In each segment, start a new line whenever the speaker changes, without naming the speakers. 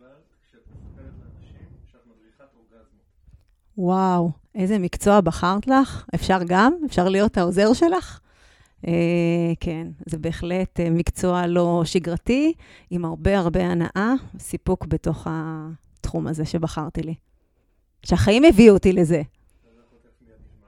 קיבלת כשאת מספרת לאנשים שאת מדריכת אורגזמות?
וואו, איזה מקצוע בחרת לך? אפשר גם? אפשר להיות העוזר שלך? כן, זה בהחלט מקצוע לא שגרתי, עם הרבה הרבה הנאה, סיפוק בתוך התחום הזה שבחרתי לי. שהחיים הביאו אותי לזה.
אז אנחנו תכף מיד נשמע.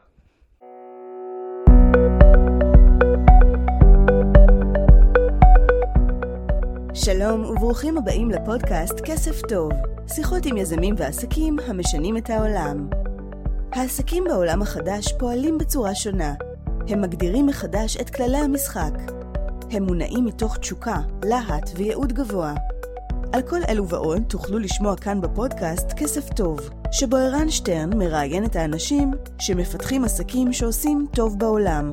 שלום וברוכים הבאים לפודקאסט כסף טוב, שיחות עם יזמים ועסקים המשנים את העולם. העסקים בעולם החדש פועלים בצורה שונה. הם מגדירים מחדש את כללי המשחק. הם מונעים מתוך תשוקה, להט וייעוד גבוה. על כל אלו ועוד תוכלו לשמוע כאן בפודקאסט כסף טוב, שבו ערן שטרן מראיין את האנשים שמפתחים עסקים שעושים טוב בעולם.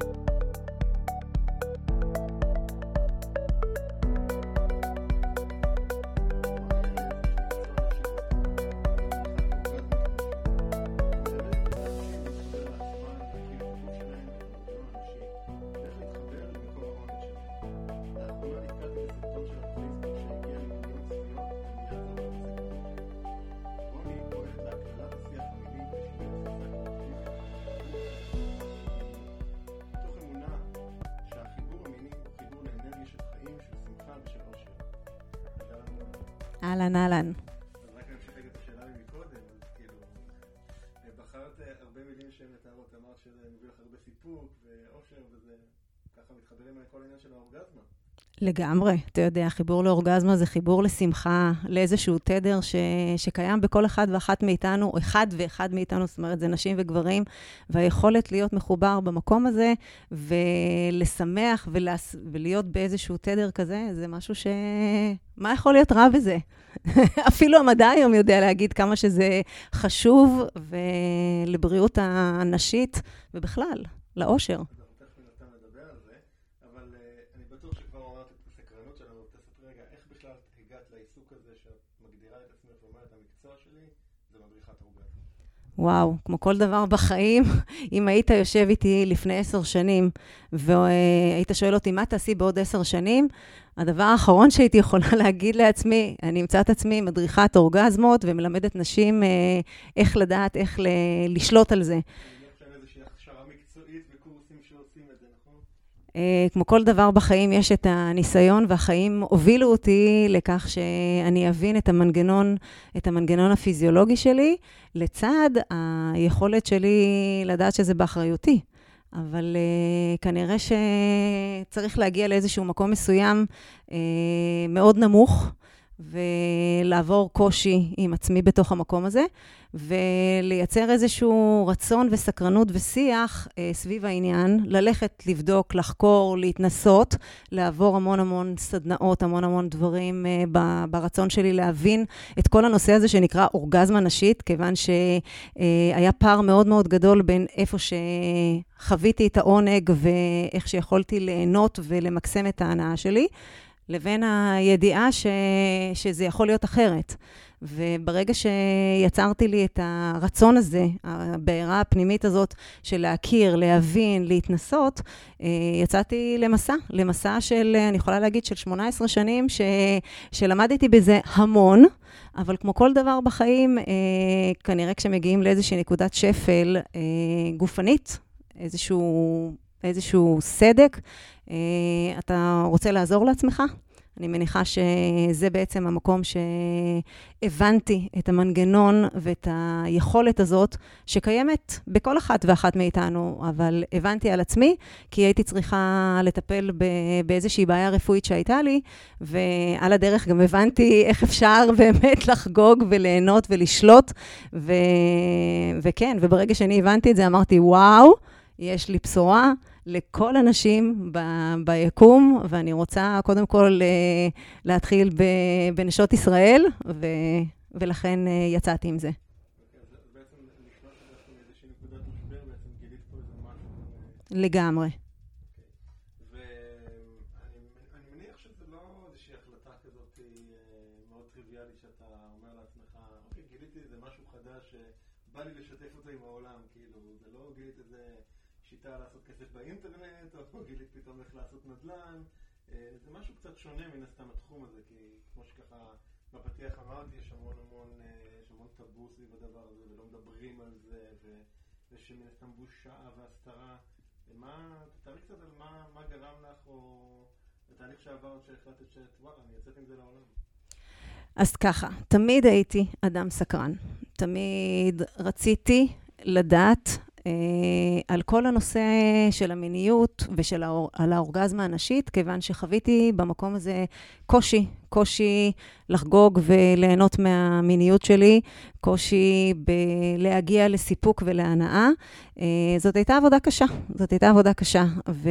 אהלן, אהלן.
אז רק נמשיך רגע את השאלה מקודם, אז כאילו, בחרת הרבה מילים שהן מתארות, אמרת שזה מביא לך הרבה סיפוק ואושר, וזה ככה מתחברים לכל העניין של האורגזמה.
לגמרי, אתה יודע, חיבור לאורגזמה זה חיבור לשמחה, לאיזשהו תדר שקיים בכל אחד ואחת מאיתנו, אחד ואחד מאיתנו, זאת אומרת, זה נשים וגברים, והיכולת להיות מחובר במקום הזה, ולשמח ולהיות באיזשהו תדר כזה, זה משהו מה יכול להיות רע בזה? אפילו המדע היום יודע להגיד כמה שזה חשוב, ולבריאות הנשית, ובכלל, לאושר. וואו, כמו כל דבר בחיים, אם היית יושב איתי לפני 10 שנים, והיית שואל אותי, מה תעשי בעוד 10 שנים? הדבר האחרון שהייתי יכולה להגיד לעצמי, אני אמצא את עצמי מדריכת אורגזמות, ומלמדת נשים איך לדעת, איך לשלוט על זה. כמו כל דבר בחיים יש את הניסיון, והחיים הובילו אותי לכך שאני אבין את המנגנון הפיזיולוגי שלי, לצד היכולת שלי לדעת שזה באחריותי. אבל כנראה שצריך להגיע לאיזשהו מקום מסוים מאוד נמוך, ולעבור קושי עם עצמי בתוך המקום הזה, ולייצר איזשהו רצון וסקרנות ושיח סביב העניין, ללכת, לבדוק, לחקור, להתנסות, לעבור המון סדנאות, המון דברים ברצון שלי להבין את כל הנושא הזה שנקרא אורגזמה נשית, כיוון שהיה פער מאוד גדול בין איפה שחוויתי את העונג ואיך שיכולתי ליהנות ולמקסם את ההנאה שלי, לבין הידיעה שזה יכול להיות אחרת. וברגע שיצרתי לי את הרצון הזה, הבעירה הפנימית הזאת של להכיר, להבין, להתנסות, יצאתי למסע של, אני יכולה להגיד, של 18 שנים, שלמדתי בזה המון, אבל כמו כל דבר בחיים, כנראה כשמגיעים לאיזושהי נקודת שפל גופנית, איזשהו סדק, אתה רוצה לעזור לעצמך? אני מניחה שזה בעצם המקום שהבנתי את המנגנון ואת היכולת הזאת שקיימת בכל אחת ואחת מאיתנו, אבל הבנתי על עצמי, כי הייתי צריכה לטפל באיזושהי בעיה רפואית שהייתה לי, ועל הדרך גם הבנתי איך אפשר באמת לחגוג וליהנות ולשלוט, וכן, וברגע שאני הבנתי את זה אמרתי, וואו, יש לי בשורה, לכל אנשים ביקום, ואני רוצה קודם כל להתחיל בנשות ישראל, ולכן יצאתי עם זה.
אז בעצם לפנות איזושהי נקודת משבר, בעצם גילית פה איזה משהו.
לגמרי.
ואני מניח שזה לא איזושהי החלטה כזאת מאוד טריוויאלית, שאתה אומר לעצמך, אוקיי, גיליתי איזה משהו חדש שבא לי לשתף אותו עם העולם, כאילו, זה לא גילית איזה שיטה לעשות כסף באינטרנט, או גילית פתאום איך לעשות נדל"ן, זה משהו קצת שונה מן הסתם התחום הזה, כי כמו שככה בפתיח אמרתי, יש המון טאבו סביב הדבר הזה, ולא מדברים על זה, ויש מן הסתם בושה והסתרה. תארי קצת על מה גרם לך, או התהליך שעברת שהחלטת וואלה, אני יוצאת עם זה לעולם.
אז ככה, תמיד הייתי אדם סקרן. תמיד רציתי לדעת על כל הנושא של המיניות על האורגזמה הנשית, כיוון שחוויתי במקום הזה קושי לחגוג וליהנות מהמיניות שלי, קושי להגיע לסיפוק ולהנאה. זאת הייתה עבודה קשה.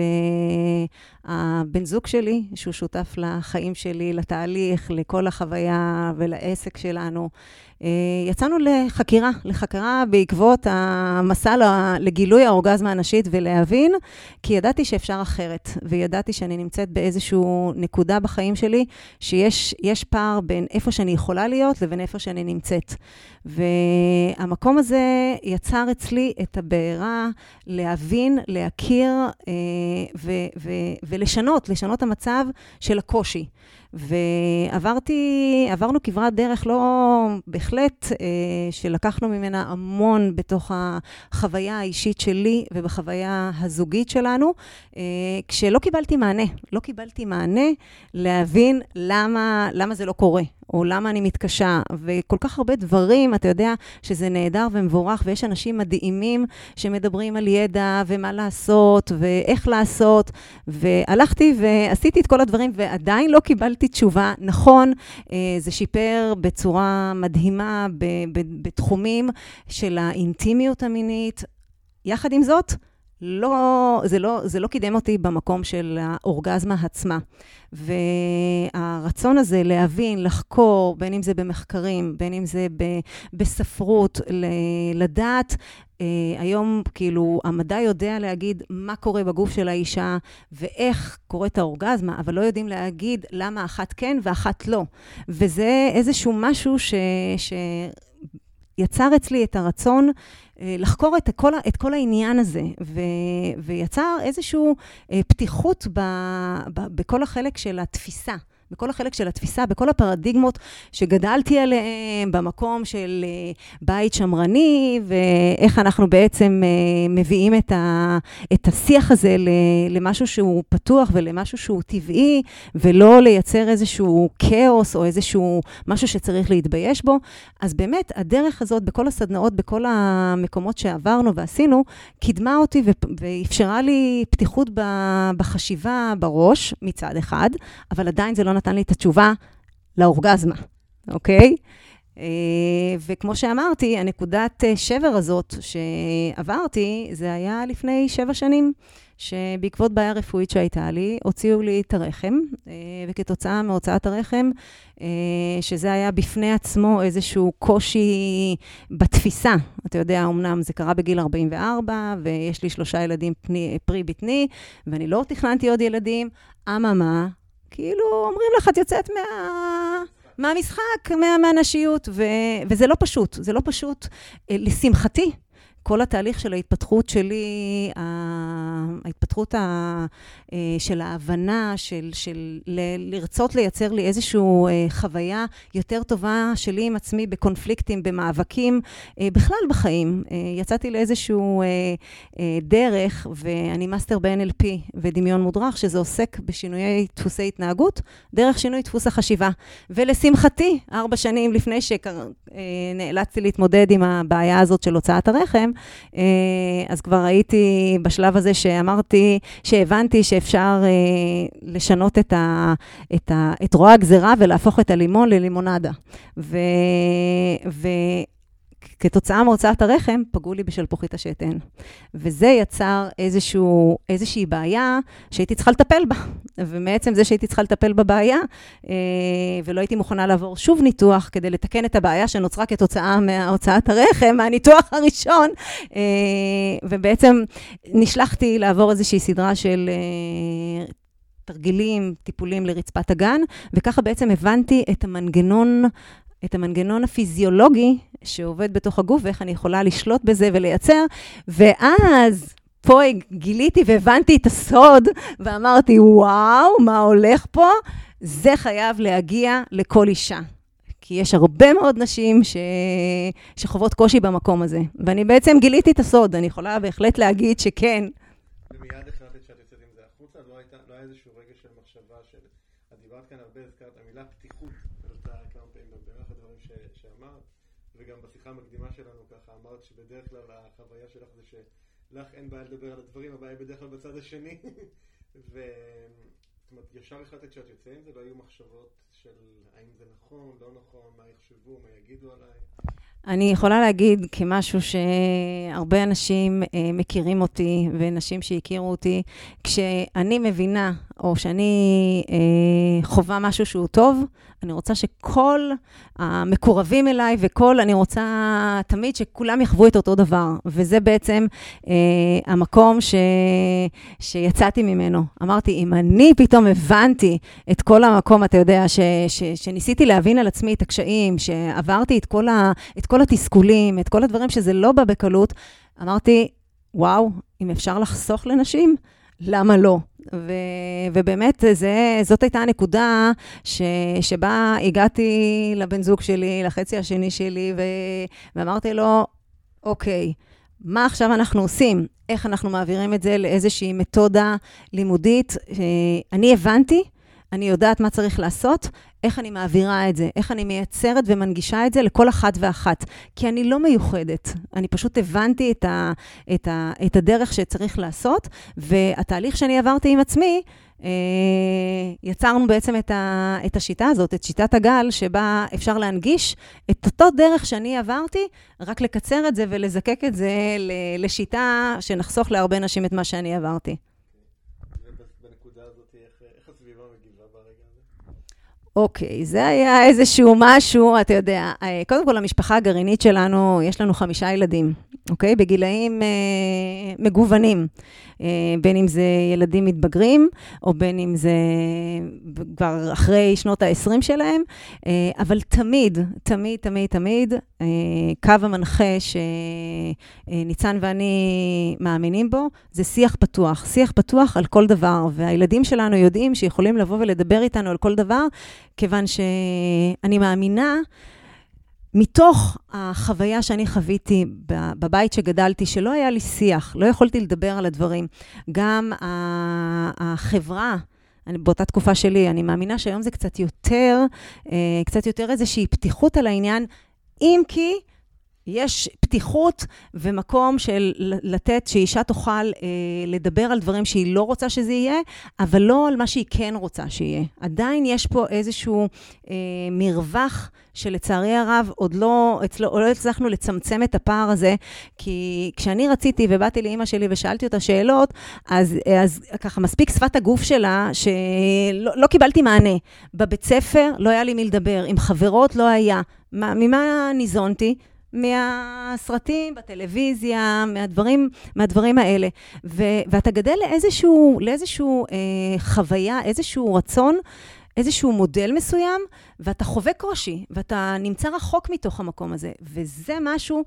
והבן זוג שלי, שהוא שותף לחיים שלי, לתהליך, לכל החוויה ולעסק שלנו, יצאנו לחקירה בעקבות המסע לגילוי האורגזמה הנשית ולהבין, כי ידעתי שאפשר אחרת, וידעתי שאני נמצאת באיזשהו נקודה בחיים שלי, שיש פער בין איפה שאני יכולה להיות לבין איפה שאני נמצאת. והמקום הזה יצר אצלי את הבעירה להבין, להכיר לשנות המצב של הקושי. ועברנו כברת דרך בהחלט שלקחנו ממנה המון בתוך החוויה האישית שלי ובחוויה הזוגית שלנו, כשלא קיבלתי מענה להבין למה זה לא קורה. או למה אני מתקשה, וכל כך הרבה דברים, אתה יודע שזה נהדר ומבורך, ויש אנשים מדהימים שמדברים על ידע, ומה לעשות, ואיך לעשות, והלכתי ועשיתי את כל הדברים, ועדיין לא קיבלתי תשובה. נכון, זה שיפר בצורה מדהימה, בתחומים של האינטימיות המינית. יחד עם זאת, זה לא קידם אותי במקום של האורגזמה עצמה. והרצון הזה להבין, לחקור, בין אם זה במחקרים, בין אם זה בספרות, לדעת, היום כאילו המדע יודע להגיד מה קורה בגוף של האישה ואיך קורית האורגזמה, אבל לא יודעים להגיד למה אחת כן ואחת לא. וזה איזשהו משהו שיצר אצלי את הרצון לחקור את כל העניין הזה, ויצר איזשהו פתיחות בכל החלק של התפיסה. בכל הפרדיגמות שגדלתי עליהם, במקום של בית שמרני, ואיך אנחנו בעצם מביאים את השיח הזה למשהו שהוא פתוח ולמשהו שהוא טבעי, ולא לייצר איזשהו כאוס או איזשהו משהו שצריך להתבייש בו. אז באמת, הדרך הזאת בכל הסדנאות, בכל המקומות שעברנו ועשינו, קידמה אותי ואפשרה לי פתיחות בחשיבה בראש מצד אחד, אבל עדיין זה לא נתן לי את התשובה לאורגזמה, אוקיי? וכמו שאמרתי, הנקודת שבר הזאת שעברתי, זה היה לפני 7 שנים, שבעקבות בעיה רפואית שהייתה לי, הוציאו לי את הרחם, וכתוצאה מהוצאת הרחם, שזה היה בפני עצמו איזשהו קושי בתפיסה. אתה יודע, אמנם זה קרה בגיל 44, ויש לי 3 ילדים פרי בטני, ואני לא תכננתי עוד ילדים. אממה, כאילו אומרים לך, את יוצאת מהמשחק, מהנשיות, וזה לא פשוט. זה לא פשוט, לשמחתי. כל התהליך של ההתפתחות שלי, ההתפתחות של ההבנה, של לרצות לייצר לי איזושהי חוויה יותר טובה שלי עם עצמי בקונפליקטים, במאבקים, בכלל בחיים. יצאתי לאיזשהו דרך, ואני מאסטר ב-NLP ודמיון מודרך, שזה עוסק בשינויי דפוסי התנהגות, דרך שינוי דפוס החשיבה. ולשמחתי, 4 שנים לפני שנאלצתי להתמודד עם הבעיה הזאת של הוצאת הרחם, אז כבר הייתי בשלב הזה שהבנתי שאפשר לשנות את רוע הגזרה ולהפוך את הלימון ללימונדה. כתוצאה מהוצאת הרחם, פגעו לי בשלפוחית השתן. וזה יצר איזושהי בעיה שהייתי צריכה לטפל בה. ומעצם זה שהייתי צריכה לטפל בבעיה, ולא הייתי מוכנה לעבור שוב ניתוח כדי לתקן את הבעיה שנוצרה כתוצאה מהוצאת הרחם, מהניתוח הראשון, ובעצם נשלחתי לעבור איזושהי סדרה של תרגילים, טיפולים לרצפת הגן, וככה בעצם הבנתי את המנגנון הפיזיולוגי שעובד בתוך הגוף, ואיך אני יכולה לשלוט בזה ולייצר, ואז פה גיליתי והבנתי את הסוד, ואמרתי, וואו, מה הולך פה? זה חייב להגיע לכל אישה. כי יש הרבה מאוד נשים שחוות קושי במקום הזה. ואני בעצם גיליתי את הסוד, אני יכולה בהחלט להגיד שכן.
ומיד החלטת שאת יוצאת עם זה החוצה, לא היה איזשהו רגע של מחשבה של... את דיברת כאן הרבה, הזכרת המילה פתיחות, עלתה כמה פעמים במהלך הדברים שאמרת, וגם בשיחה המקדימה שלנו ככה אמרת שבדרך כלל החוויה שלך זה שלך אין בעיה לדבר על הדברים, הבעיה בדרך כלל בצד השני. זאת אומרת, ישר החלטת שאת יוצא עם זה, לא היו מחשבות של האם זה נכון, לא נכון, מה יחשבו, מה יגידו עליי?
אני יכולה להגיד כמשהו שהרבה אנשים מכירים אותי, ונשים שהכירו אותי, כשאני מבינה, או שאני חובה משהו שהוא טוב, אני רוצה שכל המקורבים אליי, אני רוצה תמיד שכולם יחוו את אותו דבר. וזה בעצם המקום שיצאתי ממנו. אמרתי, אם אני פתאום הבנתי את כל המקום, אתה יודע, שניסיתי להבין על עצמי את הקשיים, שעברתי את כל התסכולים, את כל הדברים שזה לא בא בקלות, אמרתי, וואו, אם אפשר לחסוך לנשים, למה לא? ובאמת זאת הייתה הנקודה שבה הגעתי לבן זוג שלי, לחצי השני שלי, ואמרתי לו, אוקיי, מה עכשיו אנחנו עושים? איך אנחנו מעבירים את זה לאיזושהי מתודה לימודית? אני הבנתי, אני יודעת מה צריך לעשות, איך אני מעבירה את זה, איך אני מייצרת ומנגישה את זה לכל אחת ואחת. כי אני לא מיוחדת, אני פשוט הבנתי את הדרך שצריך לעשות, והתהליך שאני עברתי עם עצמי, יצרנו בעצם את השיטה הזאת, את שיטת הגל, שבה אפשר להנגיש את אותו דרך שאני עברתי, רק לקצר את זה ולזקק את זה לשיטה שנחסוך להרבה נשים את מה שאני עברתי. אוקיי, זה היה איזשהו משהו, אתה יודע, קודם כל המשפחה הגרעינית שלנו, יש לנו 5 ילדים, אוקיי? בגילאים מגוונים, בין אם זה ילדים מתבגרים, או בין אם זה כבר אחרי שנות ה-20 שלהם, אבל תמיד, קו המנחה שניצן ואני מאמינים בו, זה שיח פתוח על כל דבר, והילדים שלנו יודעים שיכולים לבוא ולדבר איתנו על כל דבר, כיוון שאני מאמינה, מתוך החוויה שאני חוויתי בבית שגדלתי, שלא היה לי שיח, לא יכולתי לדבר על הדברים. גם החברה, באותה תקופה שלי, אני מאמינה שהיום זה קצת יותר איזושהי פתיחות על העניין, אם כי יש פתיחות ומקום של לתת שאישה תוכל לדבר על דברים שהיא לא רוצה שזה יהיה, אבל לא על מה שהיא כן רוצה שיהיה. עדיין יש פה איזשהו מרווח שלצערי הרב עוד לא הצלחנו לצמצם את הפער הזה, כי כשאני רציתי ובאתי לאמא שלי ושאלתי אותה שאלות, אז ככה מספיק שפת הגוף שלה שלא קיבלתי מענה. בבית ספר לא היה לי מי לדבר, עם חברות לא היה. ממה ניזונתי? מהסרטים, בטלוויזיה, מהדברים האלה. ואתה גדל לאיזשהו חוויה, איזשהו רצון, איזשהו מודל מסוים, ואתה חווה קושי, ואתה נמצא רחוק מתוך המקום הזה. וזה משהו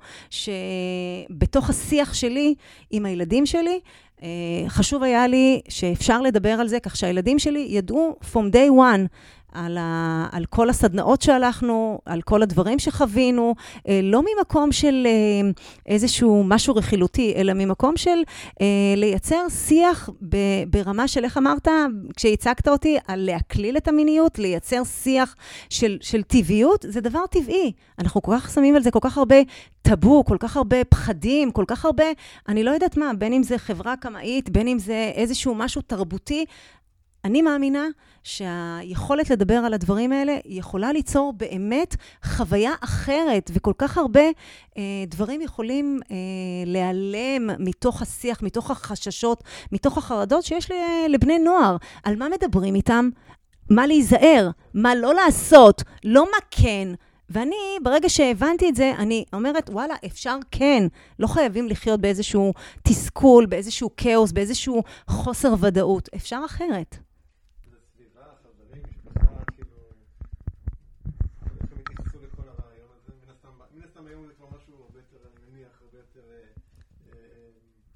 שבתוך השיח שלי עם הילדים שלי, חשוב היה לי שאפשר לדבר על זה, כך שהילדים שלי ידעו from day one, על כל הסדנאות שהלכנו, על כל הדברים שחווינו, לא ממקום של איזשהו משהו רכילותי, אלא ממקום של לייצר שיח ברמה של, איך אמרת, כשהצגת אותי, על להקליל את המיניות, לייצר שיח של טבעיות, זה דבר טבעי. אנחנו כל כך שמים על זה כל כך הרבה טאבו, כל כך הרבה פחדים, כל כך הרבה, אני לא יודעת מה, בין אם זה חברה קמאית, בין אם זה איזשהו משהו תרבותי, אני מאמינה שהיכולת לדבר על הדברים האלה יכולה ליצור באמת חוויה אחרת, וכל כך הרבה דברים יכולים להיעלם מתוך השיח, מתוך החששות, מתוך החרדות שיש לבני נוער. על מה מדברים איתם? מה להיזהר? מה לא לעשות? לא מה כן. ואני, ברגע שהבנתי את זה, אני אומרת, וואלה, אפשר כן. לא חייבים לחיות באיזשהו תסכול, באיזשהו כאוס, באיזשהו חוסר ודאות. אפשר אחרת.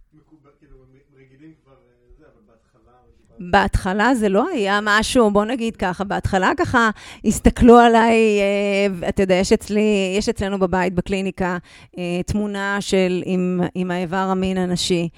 כאילו, רגילים כבר זה, אבל בהתחלה...
בהתחלה זה לא היה משהו, בוא נגיד ככה, בהתחלה ככה הסתכלו עליי, אתה יודע, יש אצלנו בבית, בקליניקה, תמונה של עם האיבר המין הנשי,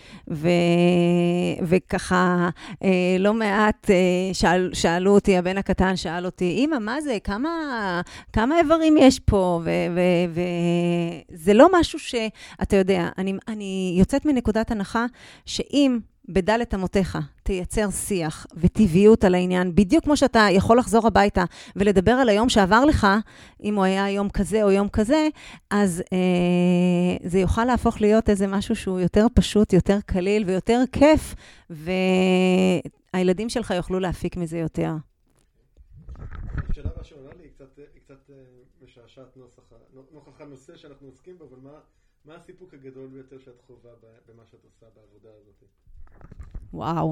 וככה לא מעט שאלו אותי, הבן הקטן שאל אותי, אמא, מה זה? כמה איברים יש פה? וזה לא משהו שאתה יודע, אני יוצאת מנקודת הנחה שאם בדלת אמותיך תייצר שיח וטבעיות על העניין, בדיוק כמו שאתה יכול לחזור הביתה ולדבר על היום שעבר לך, אם הוא היה יום כזה או יום כזה, אז זה יוכל להפוך להיות איזה משהו שהוא יותר פשוט, יותר קליל ויותר כיף, והילדים שלך יוכלו להפיק מזה יותר.
השאלה הבאה שעולה לי היא קצת משעשעת נוכח הנושא שאנחנו עוסקים בו, אבל מה הסיפוק הגדול ביותר שאת חובה במה שאת עושה בעבודה הזאת?
וואו,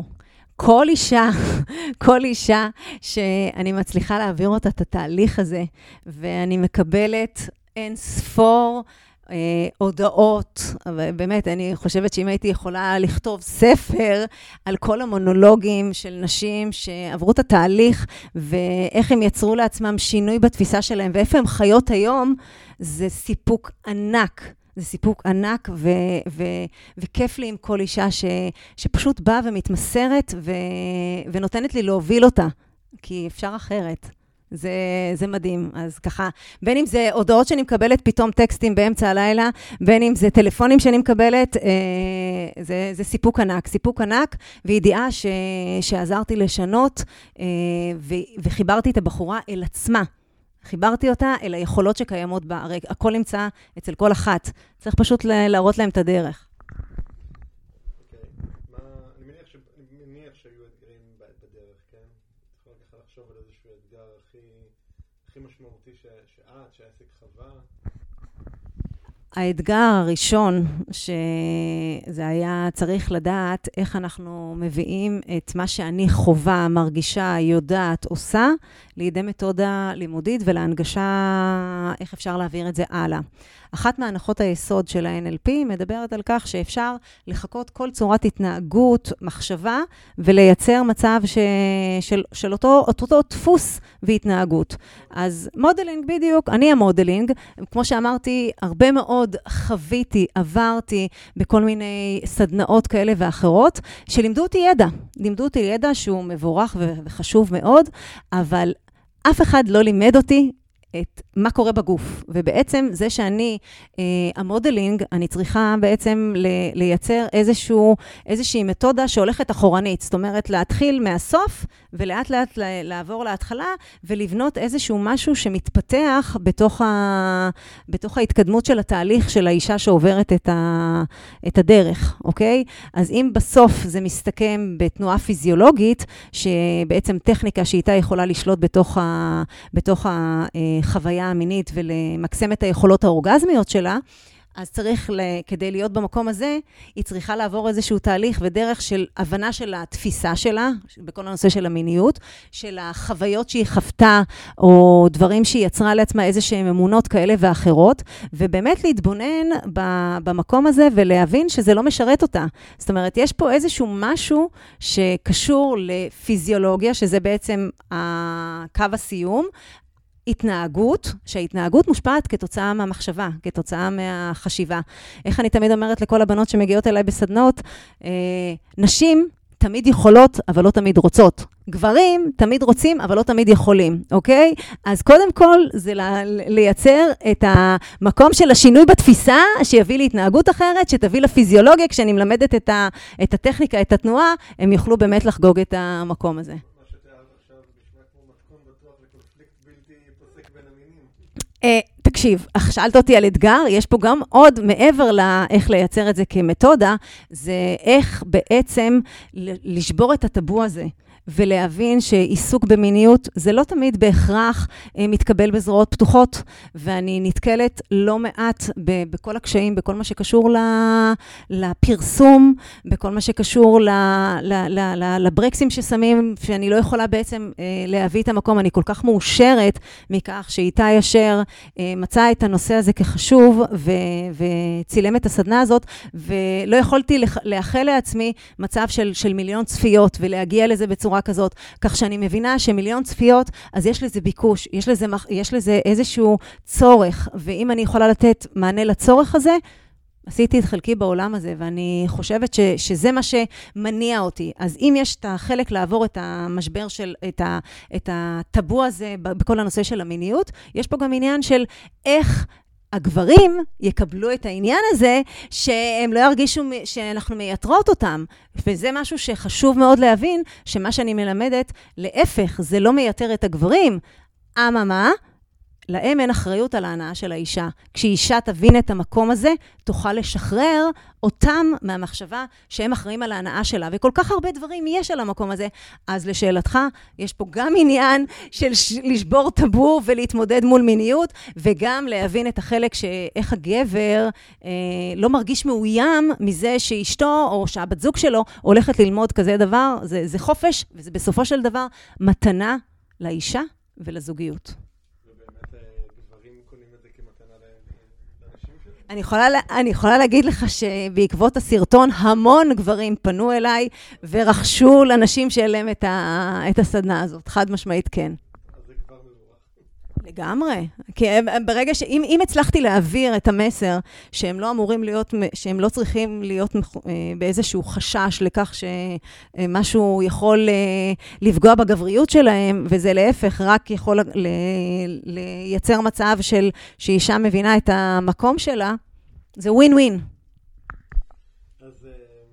כל אישה שאני מצליחה להעביר אותה את התהליך הזה, ואני מקבלת אין ספור הודעות, ובאמת אני חושבת שאם הייתי יכולה לכתוב ספר על כל המונולוגים של נשים שעברו את התהליך, ואיך הם יצרו לעצמם שינוי בתפיסה שלהם, ואיפה הם חיות היום, זה סיפוק ענק. זה סיפוק ענק וכיף לי עם כל אישה שפשוט באה ומתמסרת ונותנת לי להוביל אותה, כי אפשר אחרת. זה מדהים. אז ככה, בין אם זה הודעות שאני מקבלת, פתאום טקסטים באמצע הלילה, בין אם זה טלפונים שאני מקבלת, זה סיפוק ענק, וידיעה שעזרתי לשנות, וחיברתי את הבחורה אל עצמה. חיברתי אותה אל היכולות שקיימות בה, הרי הכל נמצא אצל כל אחת. צריך פשוט להראות להם את הדרך.
אוקיי. אני מניח שהיו אתגרים בדרך, כן? צריך ככה לחשוב על איזשהו אתגר הכי משמעותי שהעסק חווה.
האתגר הראשון שזה היה צריך לדעת איך אנחנו מביאים את מה שאני חובה, מרגישה, יודעת, עושה, לידי מתודה לימודית ולהנגשה איך אפשר להעביר את זה הלאה. אחת מהנחות היסוד של ה-NLP מדברת על כך שאפשר לחכות כל צורת התנהגות, מחשבה, ולייצר מצב של אותו דפוס והתנהגות. אז מודלינג בדיוק, אני המודלינג, כמו שאמרתי, הרבה מאוד חוויתי, עברתי בכל מיני סדנאות כאלה ואחרות, שלימדו אותי ידע שהוא מבורך וחשוב מאוד, אבל אף אחד לא לימד אותי את מה קורה בגוף. ובעצם זה המודלינג, אני צריכה בעצם לייצר איזושהי מתודה שהולכת אחורנית. זאת אומרת, להתחיל מהסוף, ולאט לאט לעבור להתחלה, ולבנות איזשהו משהו שמתפתח בתוך ההתקדמות של התהליך של האישה שעוברת את הדרך, אוקיי? אז אם בסוף זה מסתכם בתנועה פיזיולוגית, שבעצם טכניקה שאיתה יכולה לשלוט בתוך החוויה המינית ולמקסם את היכולות האורגזמיות שלה, אז צריך, כדי להיות במקום הזה, היא צריכה לעבור איזשהו תהליך ודרך של הבנה של התפיסה שלה, בכל הנושא של המיניות, של החוויות שהיא חוותה, או דברים שהיא יצרה לעצמה איזשהם אמונות כאלה ואחרות, ובאמת להתבונן במקום הזה ולהבין שזה לא משרת אותה. זאת אומרת, יש פה איזשהו משהו שקשור לפיזיולוגיה, שזה בעצם קו הסיום, התנהגות, שההתנהגות מושפעת כתוצאה מהמחשבה, כתוצאה מהחשיבה. איך אני תמיד אומרת לכל הבנות שמגיעות אליי בסדנות, נשים תמיד יכולות, אבל לא תמיד רוצות. גברים תמיד רוצים, אבל לא תמיד יכולים, אוקיי? אז קודם כל זה לייצר את המקום של השינוי בתפיסה, שיביא להתנהגות אחרת, שתביא לפיזיולוגיה, כשאני מלמדת את הטכניקה, את התנועה, הם יוכלו באמת לחגוג את המקום הזה. תקשיב, שאלת אותי על אתגר, יש פה גם עוד מעבר לאיך לייצר את זה כמתודה, זה איך בעצם לשבור את הטאבו הזה. ולהבין שעיסוק במיניות זה לא תמיד בהכרח מתקבל בזרועות פתוחות, ואני נתקלת לא מעט בכל הקשיים, בכל מה שקשור לפרסום, בכל מה שקשור לברקסים ששמים, שאני לא יכולה בעצם להביא את המקום. אני כל כך מאושרת מכך שאיתי ישר מצא את הנושא הזה כחשוב, וצילם את הסדנה הזאת, ולא יכולתי לאחל לעצמי מצב של מיליון צפיות, ולהגיע לזה בצורה כזאת, כך שאני מבינה שמיליון צפיות, אז יש לזה ביקוש, יש לזה איזשהו צורך, ואם אני יכולה לתת מענה לצורך הזה, עשיתי את חלקי בעולם הזה, ואני חושבת שזה מה שמניע אותי. אז אם יש את החלק לעבור את המשבר את הטבו הזה בכל הנושא של המיניות, יש פה גם עניין של איך הגברים יקבלו את העניין הזה, שהם לא ירגישו שאנחנו מייתרות אותם. וזה משהו שחשוב מאוד להבין, שמה שאני מלמדת, להפך, זה לא מייתר את הגברים. אממה, להם אין אחריות על ההנאה של האישה. כשאישה תבין את המקום הזה, תוכל לשחרר אותם מהמחשבה שהם אחראים על ההנאה שלה. וכל כך הרבה דברים יש על המקום הזה. אז לשאלתך, יש פה גם עניין של לשבור טבור ולהתמודד מול מיניות, וגם להבין את החלק שאיך הגבר לא מרגיש מאוים מזה שאשתו או שהבת זוג שלו הולכת ללמוד כזה דבר. זה חופש, וזה בסופו של דבר מתנה לאישה ולזוגיות. אני יכולה להגיד לך שבעקבות הסרטון המון גברים פנו אליי ורכשו לאנשים שאליהם את הסדנה הזאת. חד משמעית כן.
אז זה כבר מבורך.
לגמרי. כי ברגע אם הצלחתי להעביר את המסר שהם לא אמורים להיות, שהם לא צריכים להיות באיזשהו חשש לכך שמשהו יכול לפגוע בגבריות שלהם, וזה להפך רק יכול לייצר מצב שאישה מבינה את המקום שלה, זה ווין ווין.
אז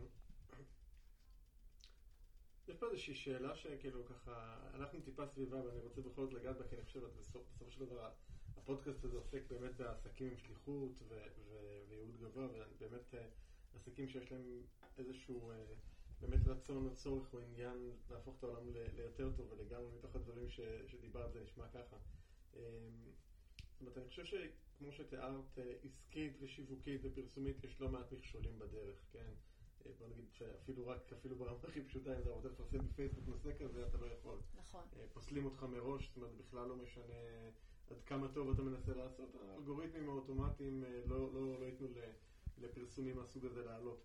יש פה איזושהי שאלה שכאילו ככה, אנחנו טיפה סביבה, ואני רוצה בכל זאת לגעת בה, כי אני חושבת, בסופו של דבר, הפודקאסט הזה עוסק באמת בעסקים עם שליחות וייעוד גבוה, ובאמת עסקים שיש להם איזשהו באמת רצון או צורך או עניין להפוך את העולם ליותר טוב, ולגמרי מתוך הדברים שדיברת זה נשמע ככה. זאת אומרת, אני חושב כמו שתיארת, עסקית ושיווקית ופרסומית, יש לא מעט מכשולים בדרך, כן? בוא נגיד שאפילו ברמה הכי פשוטה, אם אתה רוצה לפרסם בפייסבוק נושא כזה, אתה לא יכול.
נכון.
פוסלים אותך מראש, זאת אומרת, בכלל לא משנה עד כמה טוב אתה מנסה לעשות. האלגוריתמים האוטומטיים לא ייתנו לפרסומים מהסוג הזה לעלות.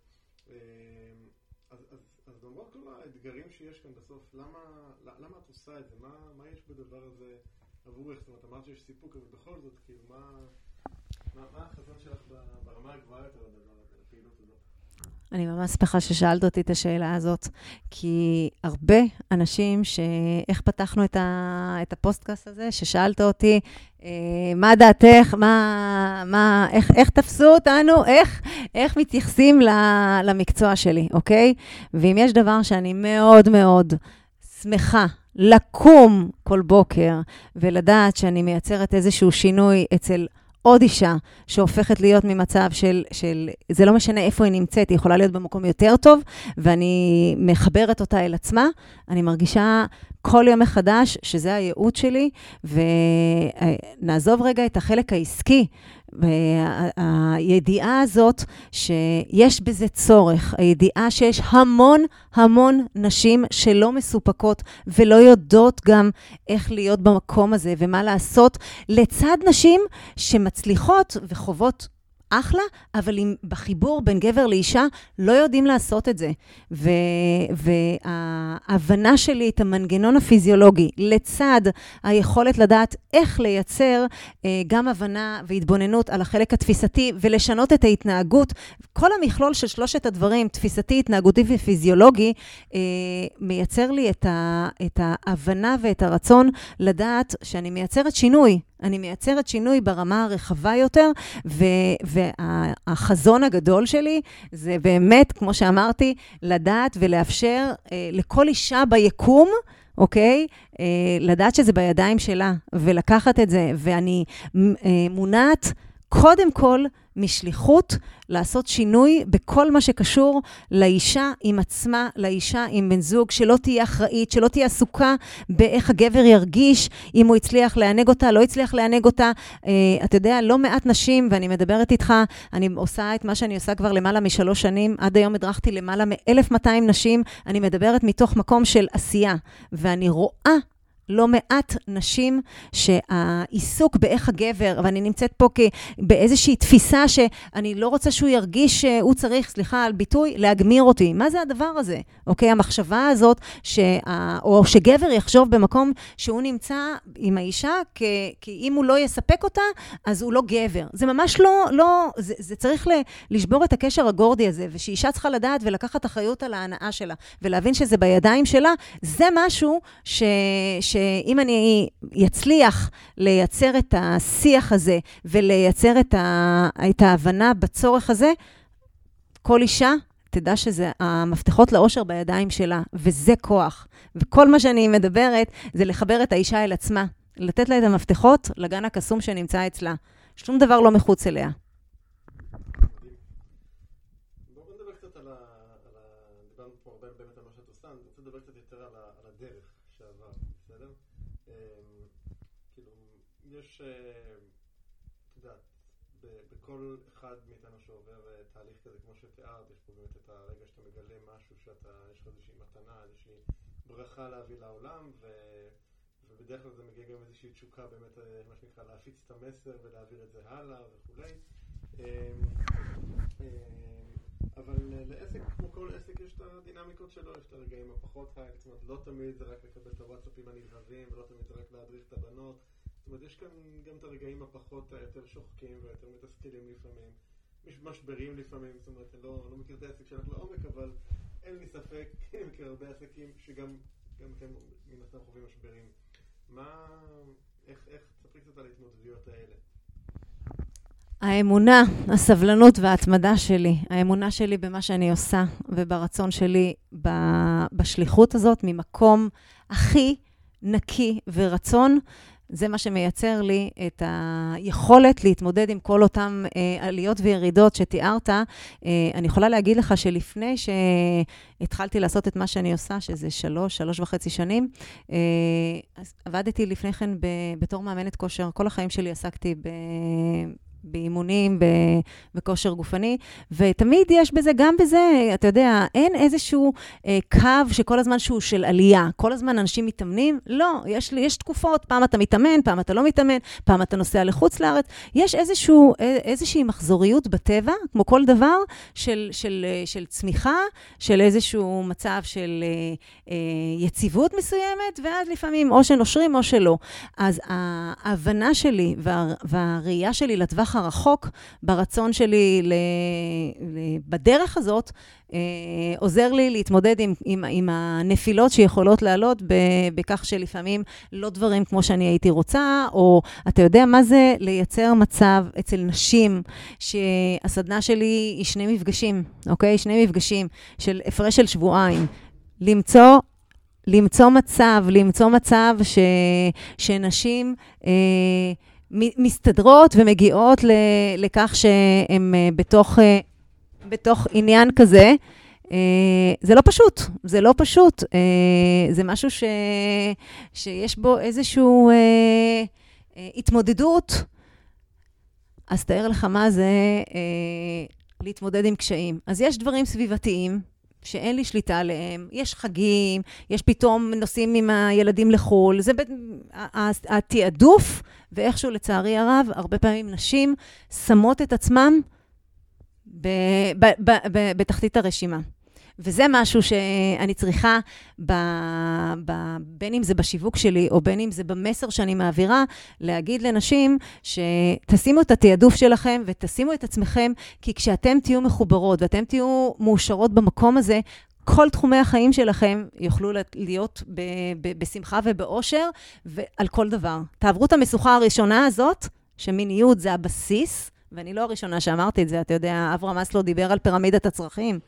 אז למרות כל האתגרים שיש כאן בסוף, למה את עושה את זה? מה יש בדבר הזה עבורך? זאת אומרת, אמרת שיש סיפוק, אבל בכל זאת, כאילו, מה החזון שלך ברמה הגבוהה יותר לדבר הזה, לפעילות הזאת?
אני ממש שמחה ששאלת אותי את השאלה הזאת, כי הרבה אנשים איך פתחנו את הפודקאסט הזה, ששאלת אותי, מה דעתך, איך תפסו אותנו, איך מתייחסים למקצוע שלי, אוקיי? ואם יש דבר שאני מאוד מאוד שמחה לקום כל בוקר, ולדעת שאני מייצרת איזשהו שינוי אצל עוד אישה שהופכת להיות ממצב של זה לא משנה איפה היא נמצאת, היא יכולה להיות במקום יותר טוב, ואני מחברת אותה אל עצמה, אני מרגישה כל יום מחדש שזה הייעוד שלי, ונעזוב רגע את החלק העסקי, והידיעה הזאת שיש בזה צורך, הידיעה שיש המון נשים שלא מסופקות ולא יודעות גם איך להיות במקום הזה ומה לעשות, לצד נשים שמצליחות וחוות אחלה, אבל אם בחיבור בין גבר לאישה לא יודעים לעשות את זה. וההבנה שלי את המנגנון הפיזיולוגי, לצד היכולת לדעת איך לייצר גם הבנה והתבוננות על החלק התפיסתי, ולשנות את ההתנהגות, כל המכלול של שלושת הדברים, תפיסתי, התנהגותי ופיזיולוגי, מייצר לי את ההבנה ואת הרצון לדעת שאני מייצרת שינוי. אני מייצרת שינוי ברמה הרחבה יותר, והחזון הגדול שלי זה באמת, כמו שאמרתי, לדעת ולאפשר לכל אישה ביקום, אוקיי? לדעת שזה בידיים שלה, ולקחת את זה, ואני מונעת קודם כל משליחות לעשות שינוי בכל מה שקשור לאישה עם עצמה, לאישה עם בן זוג, שלא תהיה אחראית, שלא תהיה עסוקה באיך הגבר ירגיש, אם הוא הצליח לענג אותה, לא הצליח לענג אותה. אתה יודע, לא מעט נשים, ואני מדברת איתך, אני עושה את מה שאני עושה כבר למעלה מ3 שנים, עד היום הדרכתי למעלה מ1,200 נשים, אני מדברת מתוך מקום של עשייה, ואני רואה לא מעט נשים שהעיסוק באיך הגבר, ואני נמצאת פה באיזושהי תפיסה שאני לא רוצה שהוא ירגיש שהוא צריך, סליחה על ביטוי, להגמיר אותי. מה זה הדבר הזה? אוקיי, המחשבה הזאת, או שגבר יחשוב במקום שהוא נמצא עם האישה, כי אם הוא לא יספק אותה, אז הוא לא גבר. זה ממש לא, זה צריך לשבור את הקשר הגורדי הזה, ושאישה צריכה לדעת ולקחת אחריות על ההנאה שלה, ולהבין שזה בידיים שלה, זה משהו שאם אני יצליח לייצר את השיח הזה, ולייצר את ההבנה בצורך הזה, כל אישה תדע שזה המפתחות לאושר בידיים שלה, וזה כוח. וכל מה שאני מדברת זה לחבר את האישה אל עצמה, לתת לה את המפתחות לגן הקסום שנמצא אצלה. שום דבר לא מחוץ אליה.
בואו נדבר קצת דיברנו פה הרבה באמת על מה שאת עושה, אני רוצה לדבר קצת יותר על הדרך שעבר, בסדר? כאילו, יש, אתה יודע, בכל אחד מאיתנו שעובר תהליך כזה, כמו שתיארת, יש פה באמת את הרגע שאתה מגלה משהו שאתה, יש לך איזושהי מתנה, איזושהי ברכה להביא לעולם, ובדרך כלל זה מגיע גם איזושהי תשוקה באמת, מה שנקרא, להפיץ את המסר ולהעביר את זה הלאה וכולי. אבל לעסק, כמו כל עסק, יש את הדינמיקות שלו, יש את הרגעים הפחות היי, זאת אומרת, לא תמיד זה רק לקבל את הוואטסאפים הנלהבים, ולא תמיד זה רק להדריך את הבנות. זאת אומרת, יש כאן גם את הרגעים הפחות היותר שוחקים ויותר מתסכלים לפעמים. יש משברים לפעמים, זאת אומרת, אני לא מכיר את העסק שלך לעומק, אבל אין לי ספק, אני מכיר הרבה עסקים שגם אתם מן הסתם חווים משברים. איך תספרי קצת על ההתמודדויות האלה?
האמונה, הסבלנות וההתמדה שלי, האמונה שלי במה שאני עושה וברצון שלי בשליחות הזאת, ממקום הכי נקי ורצון, זה מה שמייצר לי את היכולת להתמודד עם כל אותם עליות וירידות שתיארת. אני יכולה להגיד לך שלפני שהתחלתי לעשות את מה שאני עושה, שזה 3.5 שנים, עבדתי לפני כן בתור מאמנת כושר. כל החיים שלי עסקתי באימונים, בכושר גופני, ותמיד יש בזה, גם בזה, אתה יודע, אין איזשהו קו שכל הזמן שהוא של עלייה, כל הזמן אנשים מתאמנים, לא, יש תקופות, פעם אתה מתאמן, פעם אתה לא מתאמן, פעם אתה נוסע לחוץ לארץ, יש איזושהי מחזוריות בטבע, כמו כל דבר, של צמיחה, של איזשהו מצב של יציבות מסוימת, ואז לפעמים או שנושרים או שלא. אז ההבנה שלי והראייה שלי לטווח הרחוק, ברצון שלי בדרך הזאת, עוזר לי להתמודד עם הנפילות שיכולות לעלות בכך שלפעמים לא דברים כמו שאני הייתי רוצה, או אתה יודע מה זה לייצר מצב אצל נשים, שהסדנה שלי היא 2 מפגשים, אוקיי? 2 מפגשים של הפרש של שבועיים. למצוא מצב שנשים מסתדרות ומגיעות לכך שהן בתוך עניין כזה. זה לא פשוט. זה משהו שיש בו איזשהו התמודדות. אז תאר לך מה זה להתמודד עם קשיים. אז יש דברים סביבתיים שאין לי שליטה עליהם, יש חגים, יש פתאום נוסעים עם הילדים לחול, זה התיעדוף, ואיכשהו לצערי הרב, הרבה פעמים נשים שמות את עצמם בתחתית הרשימה. וזה משהו שאני צריכה, בין אם זה בשיווק שלי, או בין אם זה במסר שאני מעבירה, להגיד לנשים שתשימו את התיעדוף שלכם, ותשימו את עצמכם, כי כשאתם תהיו מחוברות, ואתם תהיו מאושרות במקום הזה, כל תחומי החיים שלכם יוכלו להיות בשמחה ובאושר, ועל כל דבר. תעברו את המשוכה הראשונה הזאת, שמיניות זה הבסיס, ואני לא הראשונה שאמרתי את זה, אתה יודע, אברהם מאסלו דיבר על פירמידת הצרכים.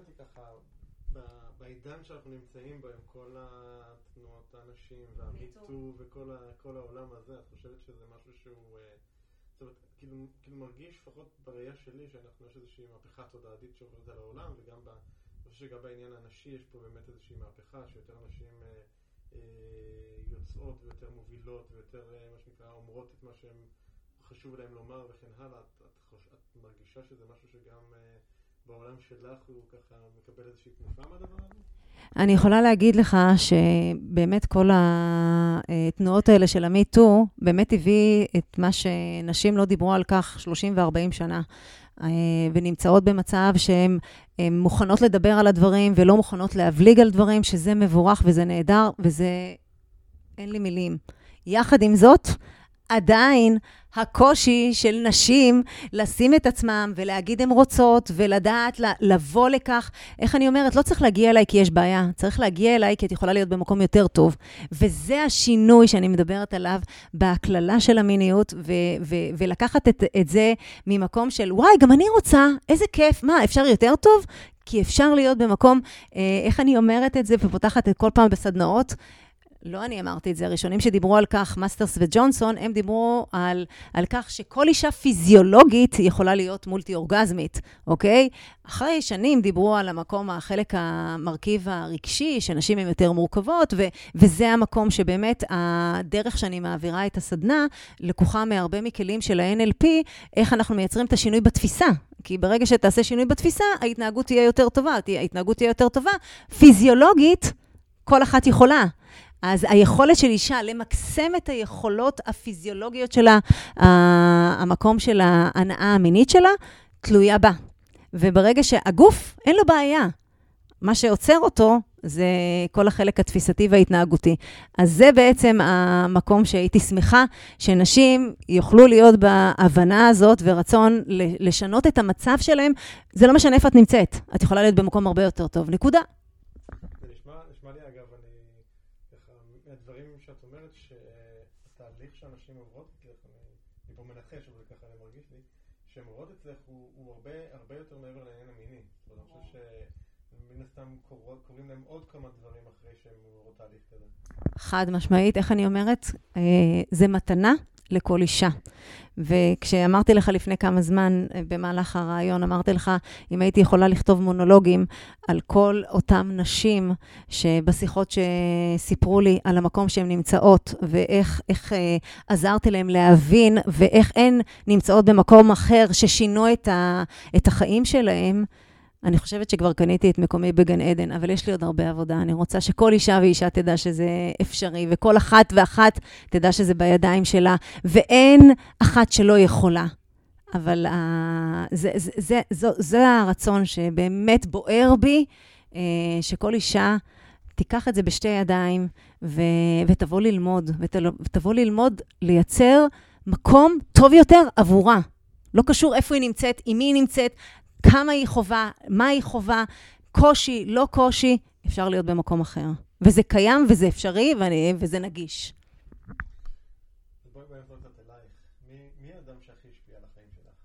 בעידן שאנחנו נמצאים בו עם כל התנועות האנשים והמיטו וכל העולם הזה, את חושבת שזה משהו שהוא, זאת אומרת, כאילו מרגיש, לפחות בראייה שלי, שאנחנו יש איזושהי מהפכה תודעתית שעוברת על העולם, וגם שגם בעניין הנשי יש פה באמת איזושהי מהפכה, שיותר נשים יוצאות ויותר מובילות, ויותר, מה שנקרא, אומרות את מה שהם חשוב להם לומר וכן הלאה. את מרגישה שזה משהו שגם בעולם שלך הוא ככה מקבל איזושהי תנופה מהדבר הזה?
אני יכולה להגיד לך שבאמת כל התנועות האלה של המיטו, באמת הביא את מה שנשים לא דיברו על כך 30 ו-40 שנה, ונמצאות במצב שהן מוכנות לדבר על הדברים, ולא מוכנות להבליג על דברים, שזה מבורך וזה נהדר, וזה אין לי מילים. יחד עם זאת, עדיין הקושי של נשים לשים את עצמם ולהגיד הן רוצות ולדעת לבוא לכך. איך אני אומרת? לא צריך להגיע אליי כי יש בעיה, צריך להגיע אליי כי את יכולה להיות במקום יותר טוב. וזה השינוי שאני מדברת עליו בהכללה של המיניות, ולקחת את זה ממקום של וואי, גם אני רוצה, איזה כיף, מה, אפשר יותר טוב? כי אפשר להיות במקום, איך אני אומרת את זה ופותחת את כל פעם בסדנאות, לא אני אמרתי את זה, הראשונים שדיברו על כך, מאסטרס וג'ונסון, הם דיברו על כך שכל אישה פיזיולוגית יכולה להיות מולטי-אורגזמית, אוקיי? אחרי שנים דיברו על המקום, החלק המרכיב הרגשי, שנשים הן יותר מורכבות, וזה המקום שבאמת הדרך שאני מעבירה את הסדנה, לקוחה מהרבה מכלים של ה-NLP, איך אנחנו מייצרים את השינוי בתפיסה. כי ברגע שתעשה שינוי בתפיסה, ההתנהגות תהיה יותר טובה, ההתנהגות תהיה יותר טובה, פיזיולוגית, כל אחת יכולה. אז היכולת של אישה למקסם את היכולות הפיזיולוגיות שלה, המקום של ההנאה המינית שלה, תלויה בה. וברגע שהגוף, אין לו בעיה. מה שעוצר אותו, זה כל החלק התפיסתי וההתנהגותי. אז זה בעצם המקום שהייתי שמחה, שנשים יוכלו להיות בהבנה הזאת, ורצון לשנות את המצב שלהם. זה לא משנה איפה את נמצאת. את יכולה להיות במקום הרבה יותר טוב. נקודה.
נשמע לי אגב, מהדברים שאת אומרת שהתהליך שאנשים עוברות, אני פה מנחש, אבל ככה אני מרגיש לי, שהן עוברות אצלך הוא הרבה יותר מעבר לעניין המיני. אני חושב שמן הסתם קוראים להם עוד כמה דברים אחרי שהן עוברות תהליך כזה.
חד משמעית, איך אני אומרת? זה מתנה לכל אישה. וכשאמרתי לך לפני כמה זמן, במהלך הרעיון, אמרתי לך, אם הייתי יכולה לכתוב מונולוגים על כל אותם נשים שבשיחות שסיפרו לי על המקום שהן נמצאות, ואיך עזרתי להם להבין, ואיך הן נמצאות במקום אחר ששינו את החיים שלהם, אני חושבת שכבר קניתי את מקומי בגן עדן, אבל יש לי עוד הרבה עבודה. אני רוצה שכל אישה ואישה תדע שזה אפשרי, וכל אחת ואחת תדע שזה בידיים שלה, ואין אחת שלא יכולה. אבל זה הרצון שבאמת בוער בי, שכל אישה תיקח את זה בשתי ידיים, ותבוא ללמוד, ותבוא ללמוד לייצר מקום טוב יותר עבורה. לא קשור איפה היא נמצאת, עם מי היא נמצאת, כמה היא חובה, מה היא חובה, קושי, לא קושי, אפשר להיות במקום אחר. וזה קיים וזה אפשרי וזה נגיש.
בואי נעבור קצת אלייך. מי האדם שהכי השפיע על החיים שלך?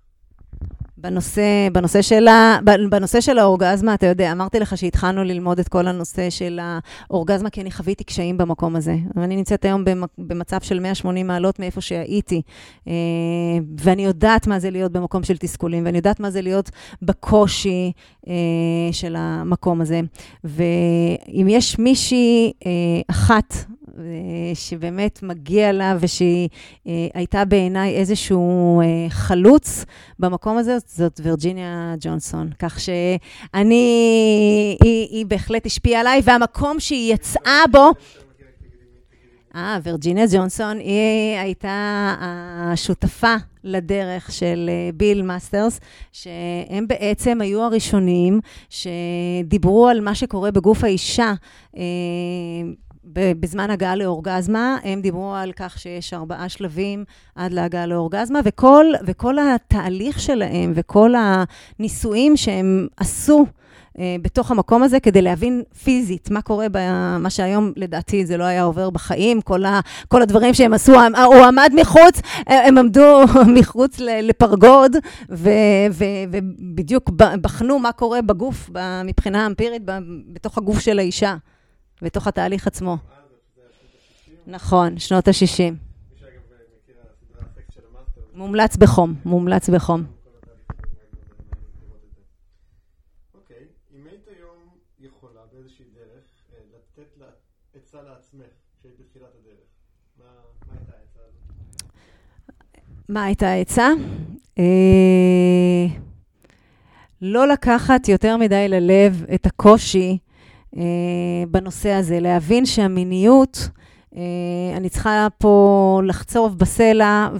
בנושא של האורגזמה, אתה יודע, אמרתי לך שהתחלנו ללמוד את כל הנושא של האורגזמה, כי אני חוויתי קשיים במקום הזה. אני נמצאת היום במצב של 180 מעלות מאיפה שהייתי, ואני יודעת מה זה להיות במקום של תסכולים, ואני יודעת מה זה להיות בקושי של המקום הזה. ואם יש מישהי אחת, שבאמת מגיע לה, ושהיא הייתה בעיניי איזשהו חלוץ במקום הזה, זאת וירג'יניה ג'ונסון. כך היא בהחלט השפיעה עליי, והמקום שהיא יצאה בו, וירג'יניה ג'ונסון, היא הייתה השותפה לדרך של ביל מאסטרס, שהם בעצם היו הראשונים שדיברו על מה שקורה בגוף האישה, בזמן הגעה לאורגזמה. הם דיברו על כך שיש 4 שלבים עד להגעה לאורגזמה, וכל התהליך שלהם וכל הניסויים שהם עשו בתוך המקום הזה, כדי להבין פיזית מה קורה במה שהיום לדעתי זה לא היה עובר בחיים, כל הדברים שהם עשו, הוא עמד מחוץ, הם עמדו מחוץ לפרגוד, ובדיוק בחנו מה קורה בגוף, מבחינה אמפירית, בתוך הגוף של האישה. בתוך התהליך עצמו. נכון, שנות ה-60.
מי שאגב מכיר הסדרה הסקס של המאסטר.
מומלץ בחום, מומלץ בחום.
אוקיי, אם היית היום יכולה באיזושהי דרך לתת עצה לעצמך כשהיית בתחילת הדרך, מה הייתה העצה הזאת?
מה הייתה העצה? לא לקחת יותר מדי ללב את הקושי בנושא הזה, להבין שהמיניות, אני צריכה פה לחצוב בסלע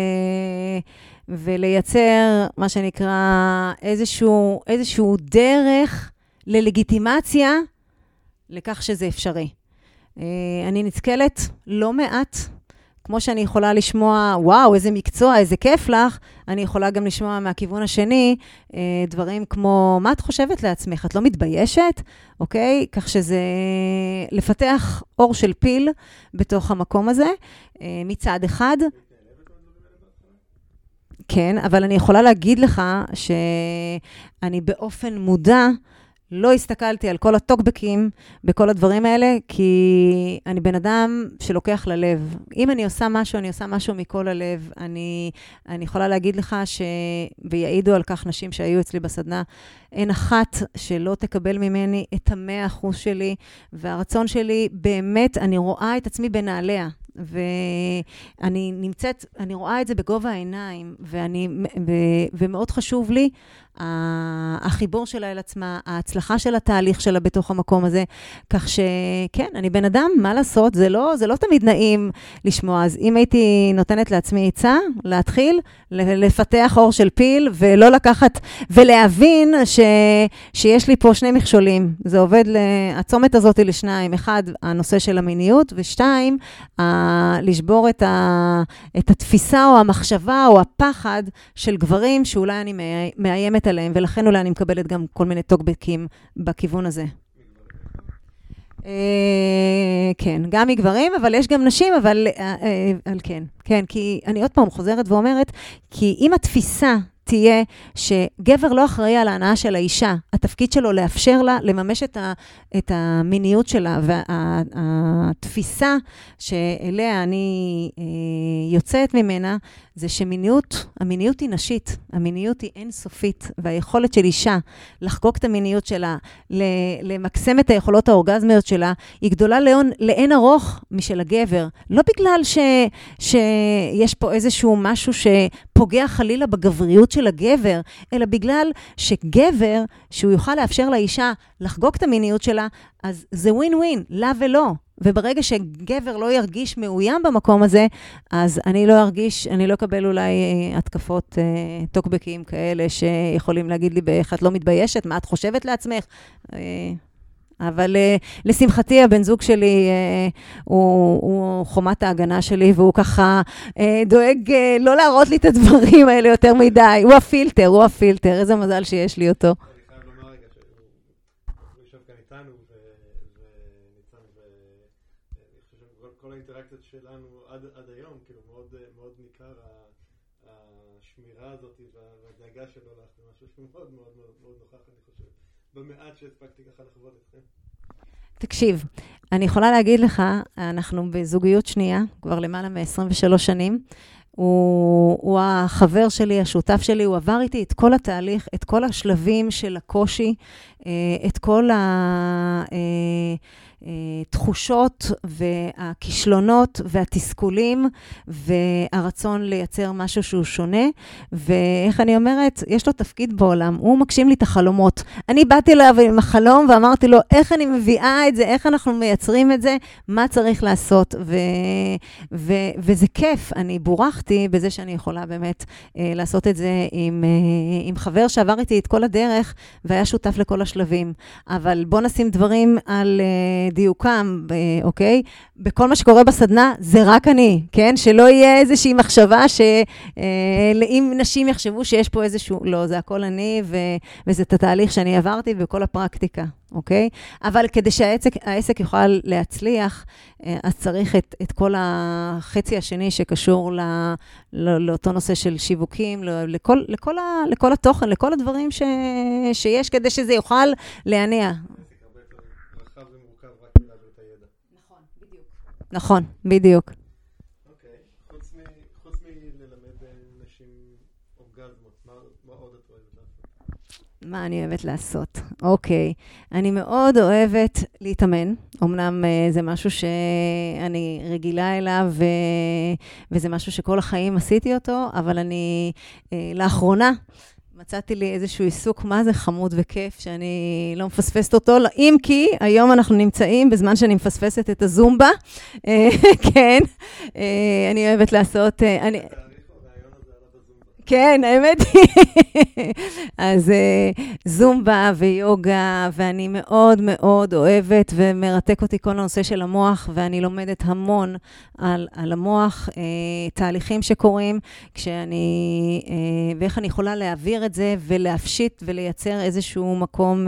ולייצר מה שנקרא איזשהו דרך ללגיטימציה לכך שזה אפשרי. אני נתקלת לא מעט, כמו שאני יכולה לשמוע, וואו, איזה מקצוע, איזה כיף לך, אני יכולה גם לשמוע מהכיוון השני, דברים כמו, מה את חושבת לעצמך? את לא מתביישת? אוקיי? כך שזה לפתח אור של פיל בתוך המקום הזה, מצד אחד. כן, אבל אני יכולה להגיד לך שאני באופן מודע, לא הסתכלתי על כל הטוקבקים בכל הדברים האלה, כי אני בן אדם שלוקח ללב. אם אני עושה משהו, אני עושה משהו מכל הלב. אני יכולה להגיד לך ויעידו על כך נשים שהיו אצלי בסדנה, אין אחת שלא תקבל ממני את 100% שלי, והרצון שלי באמת, אני רואה את עצמי בנעליה. ואני נמצאת, אני רואה את זה בגובה העיניים, ומאוד חשוב לי החיבור שלה אל עצמה, ההצלחה של התהליך שלה בתוך המקום הזה, כך שכן, אני בן אדם, מה לעשות? זה לא תמיד נעים לשמוע, אז אם הייתי נותנת לעצמי עצה, להתחיל, לפתח אור של פיל, ולא לקחת, ולהבין שיש לי פה שני מכשולים. זה עובד, הצומת הזאת לשניים, אחד, הנושא של המיניות, ושתיים, לשבור את התפיסה או המחשבה או הפחד של גברים שאולי אני מאיימת עליהם, ולכן אולי אני מקבלת גם כל מיני טוקבקים בכיוון הזה. כן, גם מגברים, אבל יש גם נשים, אבל כן, כי אני עוד פעם חוזרת ואומרת, כי אם התפיסה תהיה שגבר לא אחראי על ההנאה של האישה, התפקיד שלו לאפשר לה לממש את המיניות שלה, והתפיסה שאליה אני יוצאת ממנה, זה המיניות היא נשית, המיניות היא אינסופית, והיכולת של אישה לחגוג את המיניות שלה, למקסם את היכולות האורגזמיות שלה, היא גדולה לאין ארוך משל הגבר. לא בגלל שיש פה איזשהו משהו שפוגע חלילה בגבריות של הגבר, אלא בגלל שגבר, שהוא יוכל לאפשר לאישה לחגוג את המיניות שלה, אז זה ווין ווין, לה ולא. וברגע שגבר לא ירגיש מאוים במקום הזה, אז אני לא אקבל אולי התקפות טוקבקים כאלה שיכולים להגיד לי באיך את לא מתביישת, מה את חושבת לעצמך? אבל לשמחתי הבן זוג שלי הוא חומת ההגנה שלי, והוא ככה דואג לא להראות לי את הדברים האלה יותר מדי. הוא הפילטר, איזה מזל שיש לי אותו.
אני חייב לומר רגע שהוא יושב כאן איתנו, כל האינטראקציות שלנו עד היום, כאילו מאוד ניכר השמירה הזאת והדאגה שלו לך, זה משהו שמאוד מאוד מאוד נוכח, אני חושב, במעט שהספקתי ככה לחוות אתכם.
תקשיב, אני יכולה להגיד לך, אנחנו בזוגיות שנייה, כבר למעלה מ-23 שנים, הוא החבר שלי, השותף שלי, הוא עבר איתי את כל התהליך, את כל השלבים של הקושי, את כל התחושות והכישלונות והתסכולים והרצון לייצר משהו שהוא שונה, ואיך אני אומרת, יש לו תפקיד בעולם, הוא מגשים לי את החלומות. אני באתי אליו עם החלום ואמרתי לו, איך אני מביאה את זה, איך אנחנו מייצרים את זה, מה צריך לעשות, וזה כיף, אני בורחתי בזה שאני יכולה באמת לעשות את זה עם חבר שעבר איתי את כל הדרך, והיה שותף לכל השלבים. אבל בוא נשים דברים על דיוקם, אוקיי? בכל מה שקורה בסדנה, זה רק אני, כן? שלא יהיה איזושהי מחשבה אם נשים יחשבו שיש פה איזשהו, לא, זה הכל אני, וזה את התהליך שאני עברתי בכל הפרקטיקה, אוקיי? אבל כדי שהעסק יוכל להצליח, אז צריך את כל החצי השני שקשור לאותו נושא של שיווקים, לכל התוכן, לכל הדברים שיש, כדי שזה יוכל להניע.
רחב ומורכב רק להעביר את הידע.
נכון, בדיוק. נכון, בדיוק.
אוקיי, חוץ מללמד נשים אורגזמות, מה עוד את אוהבת לעשות?
מה אני אוהבת לעשות? אוקיי, אני מאוד אוהבת להתאמן. אמנם זה משהו שאני רגילה אליו, וזה משהו שכל החיים עשיתי אותו, אבל אני לאחרונה מצאתי לי איזשהו עיסוק, מה זה חמוד וכיף, שאני לא מפספסת אותו, אם כי היום אנחנו נמצאים בזמן שאני מפספסת את הזומבה. כן, אני אוהבת לעשות... כן, האמת היא. אז זומבה ויוגה, ואני מאוד מאוד אוהבת ומרתק אותי כל הנושא של המוח, ואני לומדת המון על המוח, תהליכים שקורים, ואיך אני יכולה להעביר את זה ולהפשיט ולייצר איזשהו מקום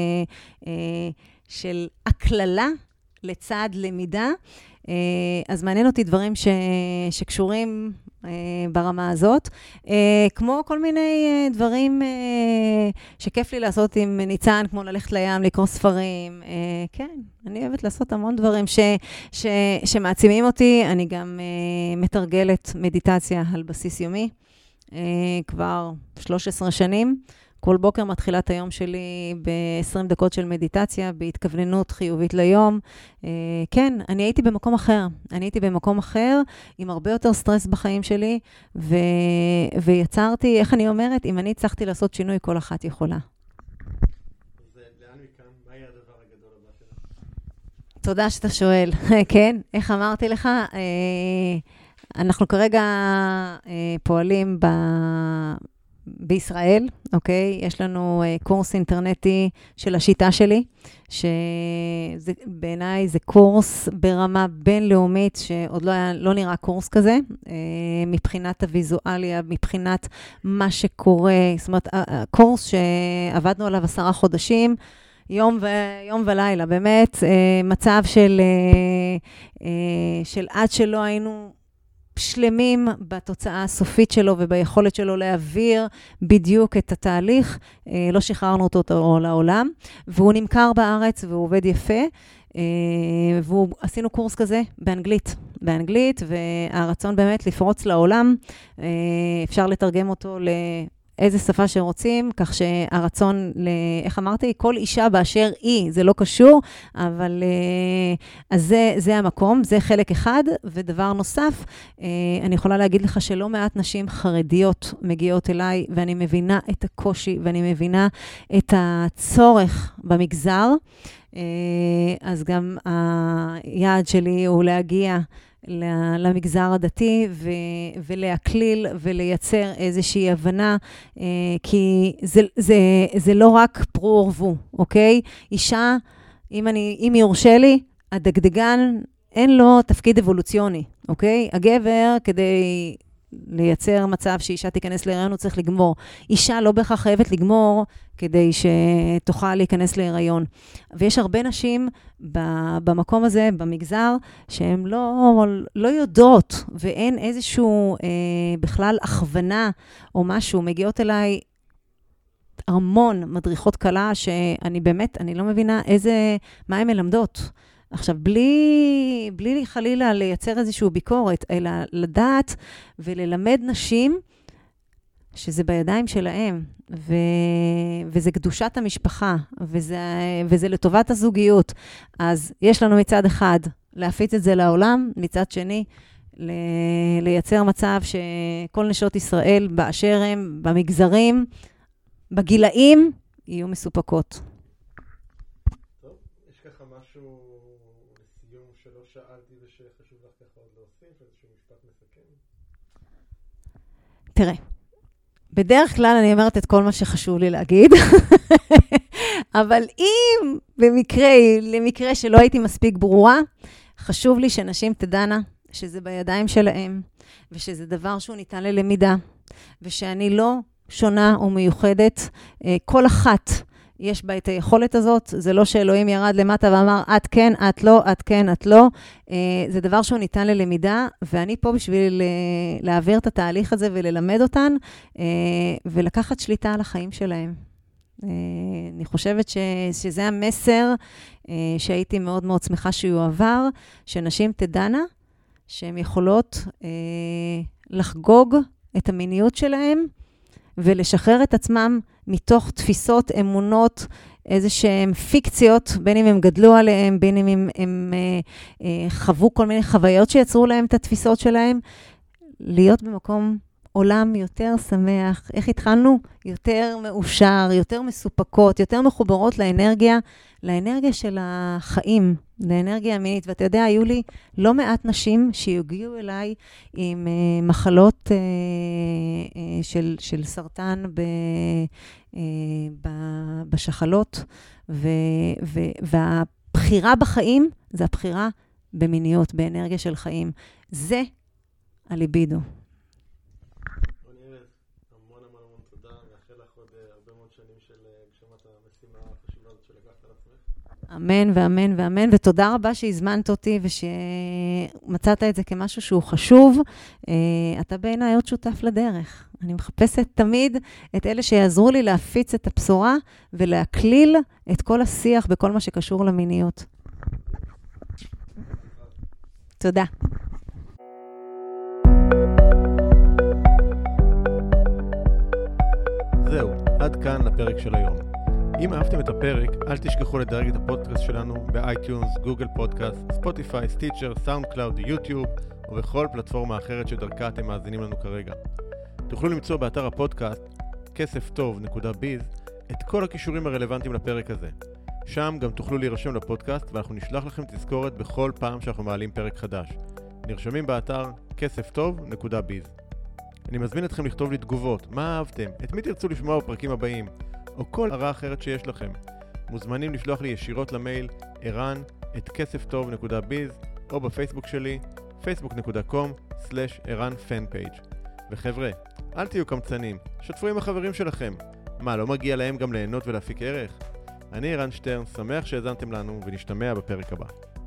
של הכללה לצד למידה. אז מעניין אותי דברים שקשורים ברמה הזאת, כמו כל מיני דברים שכיף לי לעשות עם ניצן, כמו ללכת לים, לקרוא ספרים. כן, אני אוהבת לעשות המון דברים שמעצימים אותי. אני גם מתרגלת מדיטציה על בסיס יומי, כבר 13 שנים. כל בוקר מתחילה את היום שלי ב-20 דקות של מדיטציה, בהתכווננות חיובית ליום. כן, אני הייתי במקום אחר. אני הייתי במקום אחר, עם הרבה יותר סטרס בחיים שלי, ויצרתי, איך אני אומרת, אם אני הצלחתי לעשות שינוי, כל אחת יכולה.
אז לאן מכאן? מה יהיה הדבר הגדול הבא שלך?
תודה שאתה שואל. כן, איך אמרתי לך? אנחנו כרגע פועלים בישראל, אוקיי? יש לנו קורס אינטרנטי של השיטה שלי, שבעיניי זה קורס ברמה בינלאומית, שעוד לא נראה קורס כזה, מבחינת הוויזואליה, מבחינת מה שקורה, זאת אומרת, הקורס שעבדנו עליו 10 חודשים, יום ולילה, באמת, מצב של עד שלא היינו שלמים בתוצאה הסופית שלו וביכולת שלו להעביר בדיוק את התהליך, לא שחררנו אותו לעולם, והוא נמכר בארץ והוא עובד יפה, ועשינו קורס כזה באנגלית, והרצון באמת לפרוץ לעולם, אפשר לתרגם אותו איזה שפה שרוצים, כך שהרצון, איך אמרתי, כל אישה באשר היא, זה לא קשור, אבל אז זה המקום, זה חלק אחד, ודבר נוסף, אני יכולה להגיד לך שלא מעט נשים חרדיות מגיעות אליי, ואני מבינה את הקושי, ואני מבינה את הצורך במגזר, אז גם היעד שלי הוא להגיע למגזר הדתי ולהכליל ולייצר איזושהי הבנה, כי זה לא רק פרו ורבו, אוקיי? אישה, אם יורשה לי, הדגדגן אין לו תפקיד אבולוציוני, אוקיי? הגבר, כדי לייצר מצב שאישה תיכנס להיריון, הוא צריך לגמור. אישה לא בהכרח חייבת לגמור כדי שתוכל להיכנס להיריון. ויש הרבה נשים במקום הזה, במגזר, שהן לא יודעות, ואין איזשהו בכלל הכוונה או משהו. מגיעות אליי המון מדריכות קלה, שאני באמת, אני לא מבינה מה הן מלמדות. עכשיו, בלי חלילה לייצר איזושהי ביקורת, אלא לדעת וללמד נשים שזה בידיים שלהם, וזה קדושת המשפחה, וזה לטובת הזוגיות. אז יש לנו מצד אחד להפיץ את זה לעולם, מצד שני לייצר מצב שכל נשות ישראל באשר הם, במגזרים, בגילאים, יהיו מסופקות.
טוב, יש ככה משהו לסיום שלא שאלתי ושחשוב לך ככה עוד להוסיף, איזשהו משפט מסכם?
תראה, בדרך כלל אני אומרת את כל מה שחשוב לי להגיד, אבל אם למקרה שלא הייתי מספיק ברורה, חשוב לי שנשים תדענה שזה בידיים שלהם, ושזה דבר שהוא ניתן ללמידה, ושאני לא שונה ומיוחדת, כל אחת יש בה את היכולת הזאת, זה לא שאלוהים ירד למטה ואמר, את כן, את לא, את כן, את לא, זה דבר שהוא ניתן ללמידה, ואני פה בשביל להעביר את התהליך הזה וללמד אותן, ולקחת שליטה על החיים שלהם. אני חושבת שזה המסר שהייתי מאוד מאוד שמחה שיועבר, שנשים תדענה שהן יכולות לחגוג את המיניות שלהן, ולשחרר את עצמם מתוך תפיסות, אמונות, איזה שהן פיקציות, בין אם הם גדלו עליהם, בין אם הם חוו כל מיני חוויות שיצרו להם את התפיסות שלהם, להיות במקום עולם יותר שמח. איך התחלנו? יותר מאושר, יותר מסופקות, יותר מחוברות לאנרגיה של החיים, לאנרגיה המינית. ואתה יודע, היו לי לא מעט נשים שיגיעו אליי עם מחלות של סרטן בשחלות, והבחירה בחיים זה הבחירה במיניות, באנרגיה של חיים. זה הליבידו. אמן ואמן ואמן, ותודה רבה שהזמנת אותי ושמצאת את זה כמשהו שהוא חשוב. אתה בעיניי עוד שותף לדרך. אני מחפשת תמיד את אלה שיעזרו לי להפיץ את הבשורה ולהקליל את כל השיח בכל מה שקשור למיניות. תודה.
זהו, עד כאן לפרק של היום. אם אהבתם את הפרק, אל תשכחו לדרג את הפודקאסט שלנו באייטיונס, גוגל פודקאסט, ספוטיפיי, סטיצ'ר, סאונד קלאוד, יוטיוב ובכל פלטפורמה אחרת שדרכה אתם מאזינים לנו כרגע. תוכלו למצוא באתר הפודקאסט kesefTov.biz את כל הכישורים הרלוונטיים לפרק הזה. שם גם תוכלו להירשם לפודקאסט ואנחנו נשלח לכם תזכורת בכל פעם שאנחנו מעלים פרק חדש. נרשמים באתר kesefTov.biz. אני מזמין אתכם לכתוב לי תגובות, מה אהבתם, את מי תרצו לשמוע בפרקים הבאים, או כל הערה אחרת שיש לכם. מוזמנים לשלוח לי ישירות למייל eran@kesefTov.biz או בפייסבוק שלי facebook.com/eranfanpage. וחבר'ה, אל תהיו קמצנים, שתפו עם החברים שלכם. מה, לא מגיע להם גם ליהנות ולהפיק ערך? אני ערן שטרן, שמח שהאזנתם לנו ונשתמע בפרק הבא.